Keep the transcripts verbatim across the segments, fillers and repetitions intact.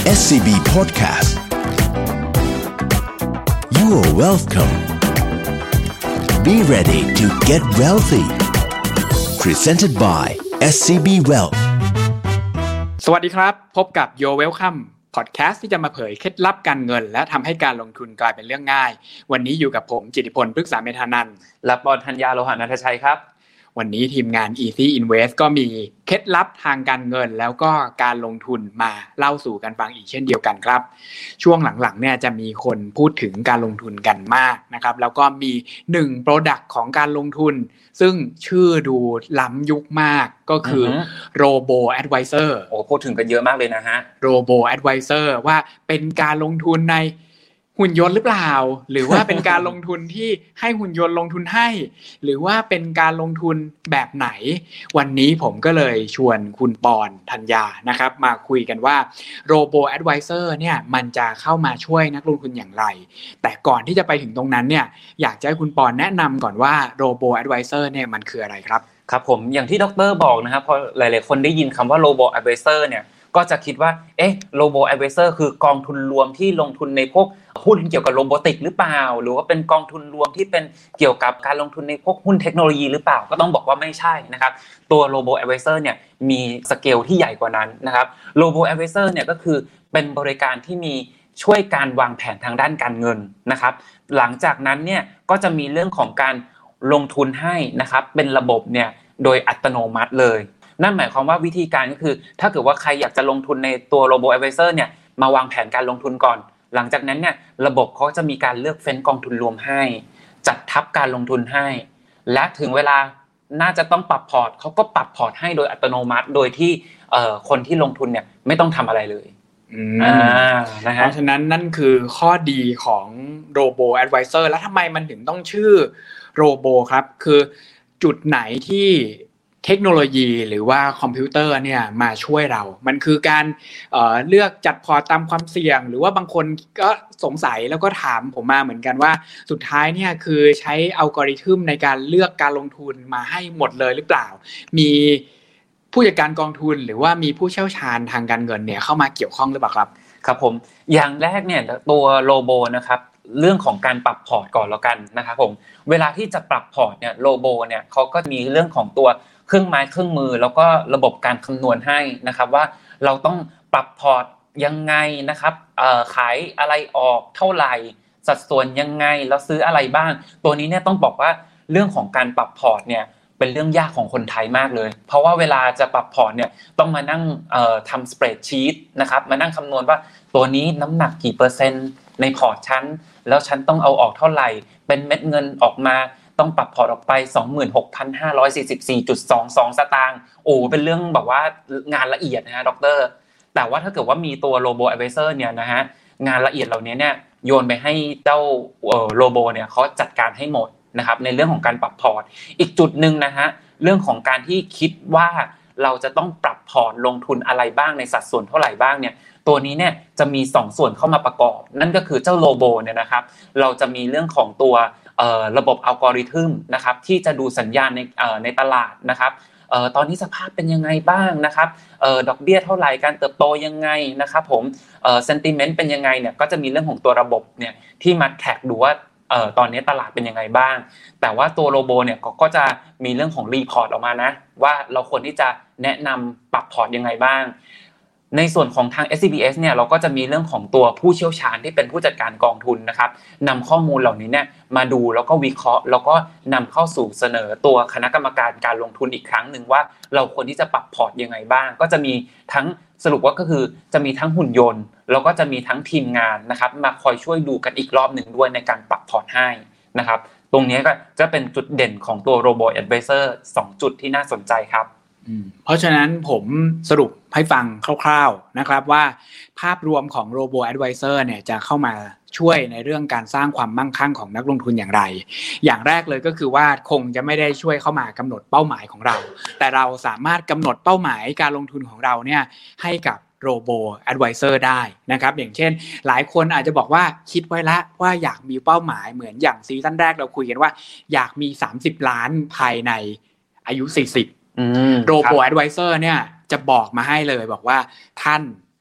เอส ซี บี Podcast You are welcome Be ready to get wealthy Presented by เอส ซี บี Wealth สวัสดีครับพบกับ You're Welcomeพอดแคสต์ที่จะมาเผยเคล็ดลับการเงินและทำให้การลงทุนกลายเป็นเรื่องง่ายวันนี้อยู่กับผมจิตติพลพฤกษาเมธานันท์และปอนธัญญาโลหะนันทชัยครับวันนี้ทีมงาน Easy Invest ก็มีเคล็ดลับทางการเงินแล้วก็การลงทุนมาเล่าสู่กันฟังอีกเช่นเดียวกันครับช่วงหลังๆเนี่ยจะมีคนพูดถึงการลงทุนกันมากนะครับแล้วก็มีหนึ่ง product ของการลงทุนซึ่งชื่อดูล้ำยุคมากก็คือ Robo Advisor โอ้พูดถึงกันเยอะมากเลยนะฮะ Robo Advisor ว่าเป็นการลงทุนในหุ่นยนต์หรือเปล่าหรือว่าเป็นการลงทุนที่ให้หุ่นยนต์ลงทุนให้หรือว่าเป็นการลงทุนแบบไหนวันนี้ผมก็เลยชวนคุณปอนธัญญานะครับมาคุยกันว่า Robo Advisor เนี่ยมันจะเข้ามาช่วยนักลงทุนอย่างไรแต่ก่อนที่จะไปถึงตรงนั้นเนี่ยอยากจะให้คุณปอนแนะนำก่อนว่า Robo Advisor เนี่ยมันคืออะไรครับครับผมอย่างที่ดร.บอกนะครับพอหลายๆคนได้ยินคำว่า Robo Advisor เนี่ยก็จะคิดว่าเอ๊ะ Robo Advisor คือกองทุนรวมที่ลงทุนในพวกหุ้นเกี่ยวกับโรบอติกหรือเปล่าหรือว่าเป็นกองทุนรวมที่เป็นเกี่ยวกับการลงทุนในพวกหุ้นเทคโนโลยีหรือเปล่าก็ต้องบอกว่าไม่ใช่นะครับตัว Robo Advisor เนี่ยมีสเกลที่ใหญ่กว่านั้นนะครับ Robo Advisor เนี่ยก็คือเป็นบริการที่มีช่วยการวางแผนทางด้านการเงินนะครับหลังจากนั้นเนี่ยก็จะมีเรื่องของการลงทุนให้นะครับเป็นระบบเนี่ยโดยอัตโนมัติเลยนั่นหมายความว่าวิธีการก็คือถ้าเกิดว่าใครอยากจะลงทุนในตัว Robo Advisor เนี่ยมาวางแผนการลงทุนก่อนหลังจากนั้นเนี่ยระบบเขาจะมีการเลือกเฟ้นกองทุนรวมให้จัดทับการลงทุนให้และถึงเวลาน่าจะต้องปรับพอร์ตเขาก็ปรับพอร์ตให้โดยอัตโนมัติโดยที่เอ่อคนที่ลงทุนเนี่ยไม่ต้องทำอะไรเลยอ่านะฮะเพราะฉะนั้นนั่นคือข้อดีของ Robo Advisor แล้วทำไมมันถึงต้องชื่อ Robo ครับคือจุดไหนที่เทคโนโลยีหรือว่าคอมพิวเตอร์เนี่ยมาช่วยเรามันคือการเอ่อเลือกจัดพอร์ตตามความเสี่ยงหรือว่าบางคนก็สงสัยแล้วก็ถามผมมาเหมือนกันว่าสุดท้ายเนี่ยคือใช้อัลกอริทึมในการเลือกการลงทุนมาให้หมดเลยหรือเปล่ามีผู้จัดการกองทุนหรือว่ามีผู้เชี่ยวชาญทางการเงินเนี่ยเข้ามาเกี่ยวข้องหรือเปล่าครับครับผมอย่างแรกเนี่ยตัวโรโบนะครับเรื่องของการปรับพอร์ตก่อนแล้วกันนะครับผมเวลาที่จะปรับพอร์ตเนี่ยโรโบเนี่ยเขาก็มีเรื่องของตัวเครื่องไม้เครื่องมือแล้วก็ระบบการคำนวณให้นะครับว่าเราต้องปรับพอร์ตยังไงนะครับเอ่อขายอะไรออกเท่าไหร่สัดส่วนยังไงแล้วซื้ออะไรบ้างตัวนี้เนี่ยต้องบอกว่าเรื่องของการปรับพอร์ตเนี่ยเป็นเรื่องยากของคนไทยมากเลยเพราะว่าเวลาจะปรับพอร์ตเนี่ยต้องมานั่งเอ่อทำสเปรดชีตนะครับมานั่งคำนวณว่าตัวนี้น้ำหนักกี่เปอร์เซ็นต์ในพอร์ตชั้นแล้วฉันต้องเอาออกเท่าไหร่เป็นเม็ดเงินออกมาต้องปรับพอร์ตออกไป สองหมื่นหกพันห้าร้อยสี่สิบสี่จุดสองสอง สตางค์โอ้เป็นเรื่องแบบว่างานละเอียดนะฮะดร.แต่ว่าถ้าเกิดว่ามีตัว Robo Advisor เนี่ยนะฮะงานละเอียดเหล่านี้เนี่ยโยนไปให้เจ้าเอ่อ Robo เนี่ยเขาจัดการให้หมดนะครับในเรื่องของการปรับพอร์ตอีกจุดนึงนะฮะเรื่องของการที่คิดว่าเราจะต้องปรับพอร์ตลงทุนอะไรบ้างในสัดส่วนเท่าไหร่บ้างเนี่ยตัวนี้เนี่ยจะมีสองส่วนเข้ามาประกอบนั่นก็คือเจ้า Robo เนี่ยนะครับเราจะมีเรื่องของตัวเอ่อระบบอัลกอริทึมนะครับที่จะดูสัญญาณในเอ่อในตลาดนะครับเอ่อตอนนี้สภาพเป็นยังไงบ้างนะครับเอ่อดอกเบี้ยเท่าไหร่การเติบโตยังไงนะครับผมเอ่อเซนติเมนต์เป็นยังไงเนี่ยก็จะมีเรื่องของตัวระบบเนี่ยที่มาแทร็กดูว่าเอ่อตอนนี้ตลาดเป็นยังไงบ้างแต่ว่าตัวโรโบเนี่ยก็จะมีเรื่องของรีพอร์ตออกมานะว่าเราควรที่จะแนะนำปรับพอร์ตยังไงบ้างในส่วนของทาง เอส ซี บี เอส เนี่ยเราก็จะมีเรื่องของตัวผู้เชี่ยวชาญที่เป็นผู้จัดการกองทุนนะครับนำข้อมูลเหล่านี้เนี่ยมาดูแล้วก็วิเคราะห์แล้วก็นำเข้าสู่เสนอตัวคณะกรรมการการลงทุนอีกครั้งนึงว่าเราควรที่จะปรับพอร์ตยังไงบ้างก็จะมีทั้งสรุปว่าก็คือจะมีทั้งหุ่นยนต์แล้วก็จะมีทั้งทีมงานนะครับมาคอยช่วยดูกันอีกรอบนึงด้วยในการปรับพอร์ตให้นะครับตรงนี้ก็จะเป็นจุดเด่นของตัว Robo Advisor สองจุดที่น่าสนใจครับเพราะฉะนั้นผมสรุปให้ฟังคร่าวๆนะครับว่าภาพรวมของ Robo Advisor เนี่ยจะเข้ามาช่วยในเรื่องการสร้างความมั่งคั่งของนักลงทุนอย่างไรอย่างแรกเลยก็คือว่าคงจะไม่ได้ช่วยเข้ามากำหนดเป้าหมายของเราแต่เราสามารถกำหนดเป้าหมายการลงทุนของเราเนี่ยให้กับ Robo Advisor ได้นะครับอย่างเช่นหลายคนอาจจะบอกว่าคิดไว้ละว่าอยากมีเป้าหมายเหมือนอย่างซีซั่นแรกเราคุยกันว่าอยากมีสามสิบล้านภายในอายุสี่สิบRobo Advisor เนี่ยจะบอกมาให้เลยบอกว่าท่าน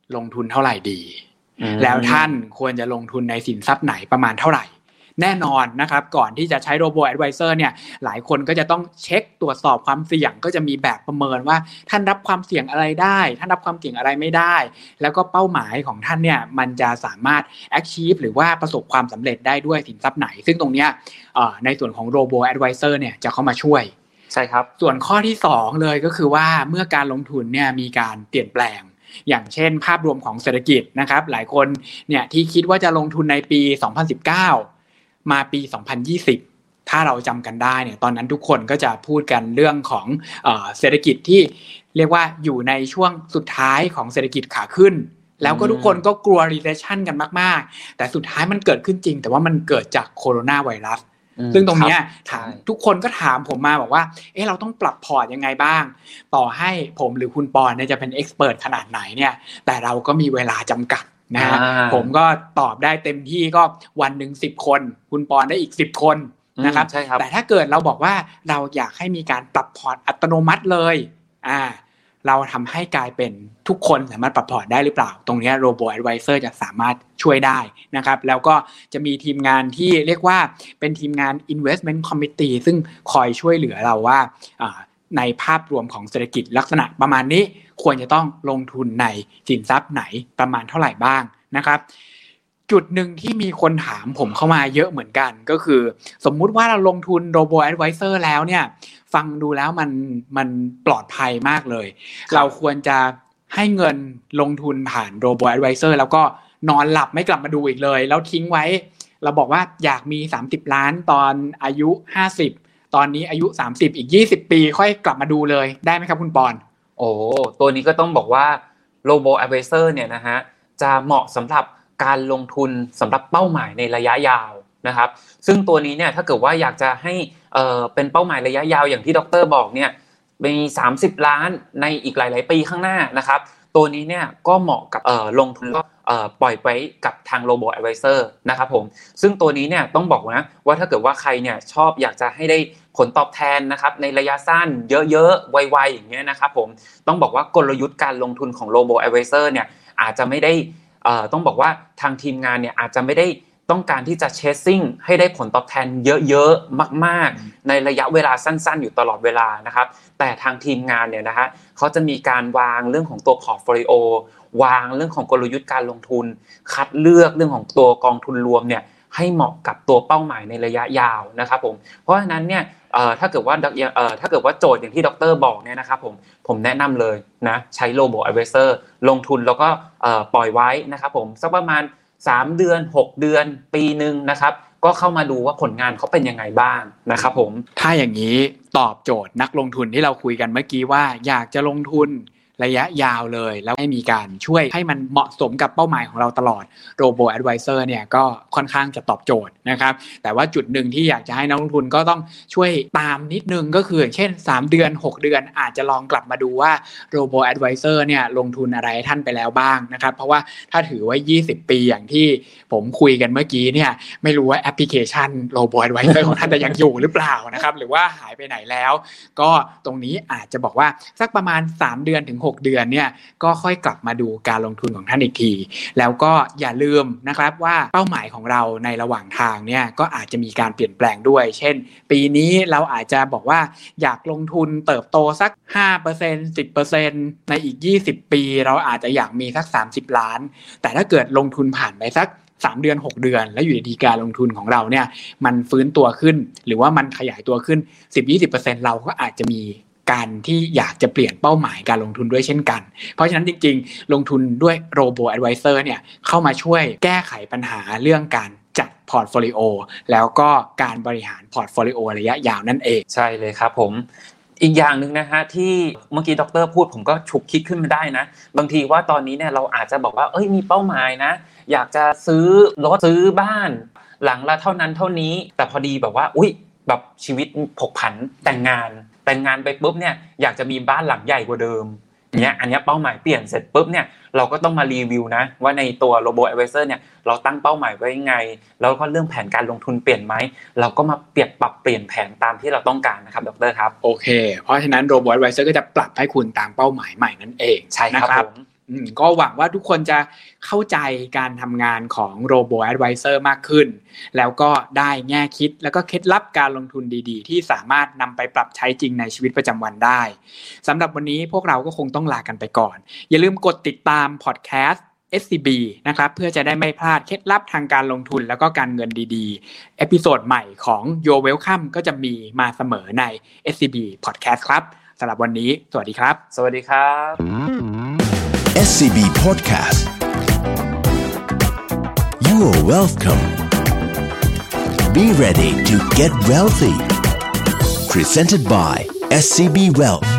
ลงทุนเท่าไหร่ดีแล้วท่านควรจะลงทุนในสินทรัพย์ไหนประมาณเท่าไหร่แน่นอนนะครับก่อนที่จะใช้ Robo Advisor เนี่ยหลายคนก็จะต้องเช็คตรวจสอบความเสี่ยงก็จะมีแบบประเมินว่าท่านรับความเสี่ยงอะไรได้ท่านรับความเสี่ยงอะไรไม่ได้แล้วก็เป้าหมายของท่านเนี่ยมันจะสามารถ achieve หรือว่าประสบความสำเร็จได้ด้วยสินทรัพย์ไหนซึ่งตรงเนี้ยในส่วนของ Robo Advisor เนี่ยจะเข้ามาช่วยใช่ครับส่วนข้อที่สองเลยก็คือว่าเมื่อการลงทุนเนี่ยมีการเปลี่ยนแปลงอย่างเช่นภาพรวมของเศรษฐกิจนะครับหลายคนเนี่ยที่คิดว่าจะลงทุนในปีสองพันสิบเก้ามาปีสองพันยี่สิบถ้าเราจำกันได้เนี่ยตอนนั้นทุกคนก็จะพูดกันเรื่องของเอ่อเศรษฐกิจที่เรียกว่าอยู่ในช่วงสุดท้ายของเศรษฐกิจขาขึ้นแล้วก็ทุกคนก็กลัว recession กันมากๆแต่สุดท้ายมันเกิดขึ้นจริงแต่ว่ามันเกิดจากโคโรนาไวรัสซึ่งตรงนี้ถามทุกคนก็ถามผมมาบอกว่าเอ๊ะเราต้องปรับพอร์ตยังไงบ้างต่อให้ผมหรือคุณปอนเนี่ยจะเป็นเอ็กซ์เพิร์ทขนาดไหนเนี่ยแต่เราก็มีเวลาจำกัดนะฮะผมก็ตอบได้เต็มที่ก็วันหนึ่งสิบคนคุณปอนได้อีกสิบคนนะครับแต่ถ้าเกิดเราบอกว่าเราอยากให้มีการปรับพอร์ตอัตโนมัติเลยอ่าเราทำให้กลายเป็นทุกคนสามารถปรับพอร์ตได้หรือเปล่าตรงนี้ Robo Advisor จะสามารถช่วยได้นะครับแล้วก็จะมีทีมงานที่เรียกว่าเป็นทีมงาน Investment Committee ซึ่งคอยช่วยเหลือเราว่าในภาพรวมของเศรษฐกิจลักษณะประมาณนี้ควรจะต้องลงทุนในสินทรัพย์ไหนประมาณเท่าไหร่บ้างนะครับจุดหนึ่งที่มีคนถามผมเข้ามาเยอะเหมือนกันก็คือสมมุติว่าเราลงทุน Robo Advisor แล้วเนี่ยฟังดูแล้วมันมันปลอดภัยมากเลยเราควรจะให้เงินลงทุนผ่าน Robo Advisor แล้วก็นอนหลับไม่กลับมาดูอีกเลยแล้วทิ้งไว้เราบอกว่าอยากมีสามสิบล้านตอนอายุห้าสิบตอนนี้อายุสามสิบอีกยี่สิบปีค่อยกลับมาดูเลยได้ไหมครับคุณปอนโอ้ตัวนี้ก็ต้องบอกว่า Robo Advisor เนี่ยนะฮะจะเหมาะสำหรับการลงทุนสำหรับเป้าหมายในระยะยาวนะครับซึ่งตัวนี้เนี่ยถ้าเกิดว่าอยากจะให้เอ่อเป็นเป้าหมายระยะยาวอย่างที่ดร.บอกเนี่ยมีสามสิบล้านในอีกหลายๆปีข้างหน้านะครับตัวนี้เนี่ยก็เหมาะกับเอ่อลงทุนก็เอ่อปล่อยไว้กับทาง Robo Advisor นะครับผมซึ่งตัวนี้เนี่ยต้องบอกนะว่าถ้าเกิดว่าใครเนี่ยชอบอยากจะให้ได้ผลตอบแทนนะครับในระยะสั้นเยอะๆไวๆอย่างเงี้ยนะครับผมต้องบอกว่ากลยุทธ์การลงทุนของ Robo Advisor เนี่ยอาจจะไม่ได้เอ่อต้องบอกว่าทางทีมงานเนี่ยอาจจะไม่ได้ต้องการที่จะเชสซิ่งให้ได้ผลตอบแทนเยอะๆมากๆในระยะเวลาสั้นๆอยู่ตลอดเวลานะครับแต่ทางทีมงานเนี่ยนะฮะเขาจะมีการวางเรื่องของตัวพอร์ตโฟลิโอวางเรื่องของกลยุทธ์การลงทุนคัดเลือกเรื่องของตัวกองทุนรวมเนี่ยให้เหมาะกับตัวเป้าหมายในระยะยาวนะครับผมเพราะฉะนั้นเนี่ยเอ่อถ้าเกิดว่าเอ่อถ้าเกิดว่าโจทย์อย่างที่ดร.บอกเนี่ยนะครับผมผมแนะนำเลยนะใช้ Robo Advisor ลงทุนแล้วก็เอ่อปล่อยไว้นะครับผมสักประมาณสามเดือนหกเดือนปีนึงนะครับก็เข้ามาดูว่าผลงานเขาเป็นยังไงบ้างนะครับผมถ้าอย่างนี้ตอบโจทย์นักลงทุนที่เราคุยกันเมื่อกี้ว่าอยากจะลงทุนระยะยาวเลยแล้วให้มีการช่วยให้มันเหมาะสมกับเป้าหมายของเราตลอด Robo Advisor เนี่ยก็ค่อนข้างจะตอบโจทย์นะครับแต่ว่าจุดหนึ่งที่อยากจะให้นักลงทุนก็ต้องช่วยตามนิดนึงก็คืออย่างเช่นสามเดือนหกเดือนอาจจะลองกลับมาดูว่า Robo Advisor เนี่ยลงทุนอะไรท่านไปแล้วบ้างนะครับเพราะว่าถ้าถือว่ายี่สิบปีอย่างที่ผมคุยกันเมื่อกี้เนี่ยไม่รู้ว่าแอปพลิเคชัน Robo Advisor ของท่านจะยังอยู่หรือเปล่านะครับหรือว่าหายไปไหนแล้วก็ตรงนี้อาจจะบอกว่าสักประมาณสามเดือนถึงหกเดือนเนี่ยก็ค่อยกลับมาดูการลงทุนของท่านอีกทีแล้วก็อย่าลืมนะครับว่าเป้าหมายของเราในระหว่างทางเนี่ยก็อาจจะมีการเปลี่ยนแปลงด้วยเช่นปีนี้เราอาจจะบอกว่าอยากลงทุนเติบโตสัก ห้าเปอร์เซ็นต์ สิบเปอร์เซ็นต์ ในอีกยี่สิบปีเราอาจจะอยากมีสักสามสิบล้านแต่ถ้าเกิดลงทุนผ่านไปสักสามเดือนหกเดือนแล้วอยู่ดีๆการลงทุนของเราเนี่ยมันฟื้นตัวขึ้นหรือว่ามันขยายตัวขึ้น สิบถึงยี่สิบเปอร์เซ็นต์ เราก็อาจจะมีการที่อยากจะเปลี่ยนเป้าหมายการลงทุนด้วยเช่นกันเพราะฉะนั้นจริงๆลงทุนด้วย Robo Advisor เนี่ยเข้ามาช่วยแก้ไขปัญหาเรื่องการจัดพอร์ตโฟลิโอแล้วก็การบริหารพอร์ตโฟลิโอระยะยาวนั่นเองใช่เลยครับผมอีกอย่างนึงนะฮะที่เมื่อกี้ดร.พูดผมก็ฉุกคิดขึ้นมาได้นะบางทีว่าตอนนี้เนี่ยเราอาจจะบอกว่าเอ้ยมีเป้าหมายนะอยากจะซื้อรถซื้อบ้านหลังละเท่านั้นเท่านี้แต่พอดีแบบว่าอุ๊ยแบบชีวิตผกผันแต่งงานแต่งงานไปปุ๊บเนี่ยอยากจะมีบ้านหลังใหญ่กว่าเดิมเนี้ยอันนี้เป้าหมายเปลี่ยนเสร็จปุ๊บเนี่ยเราก็ต้องมารีวิวนะว่าในตัว Robo Advisor เนี่ยเราตั้งเป้าหมายไว้ยังไงแล้วก็เรื่องแผนการลงทุนเปลี่ยนไหมเราก็มาเปลี่ยนปรับเปลี่ยนแผนตามที่เราต้องการนะครับดร.ครับโอเคเพราะฉะนั้น Robo Advisor ก็จะปรับให้คุณตามเป้าหมายใหม่นั่นเองใช่ครับผมก็หวังว่าทุกคนจะเข้าใจการทำงานของ Robo Advisor มากขึ้นแล้วก็ได้แง่คิดแล้วก็เคล็ดลับการลงทุนดีๆที่สามารถนำไปปรับใช้จริงในชีวิตประจำวันได้สำหรับวันนี้พวกเราก็คงต้องลากันไปก่อนอย่าลืมกดติดตามพอดแคสต์ เอส ซี บี นะครับเพื่อจะได้ไม่พลาดเคล็ดลับทางการลงทุนแล้วก็การเงินดีๆเอพิโซดใหม่ของ Your Welcome ก็จะมีมาเสมอใน เอส ซี บี Podcast ครับสำหรับวันนี้สวัสดีครับสวัสดีครับเอส ซี บี Podcast You are welcome Be ready to get wealthy Presented by เอส ซี บี Wealth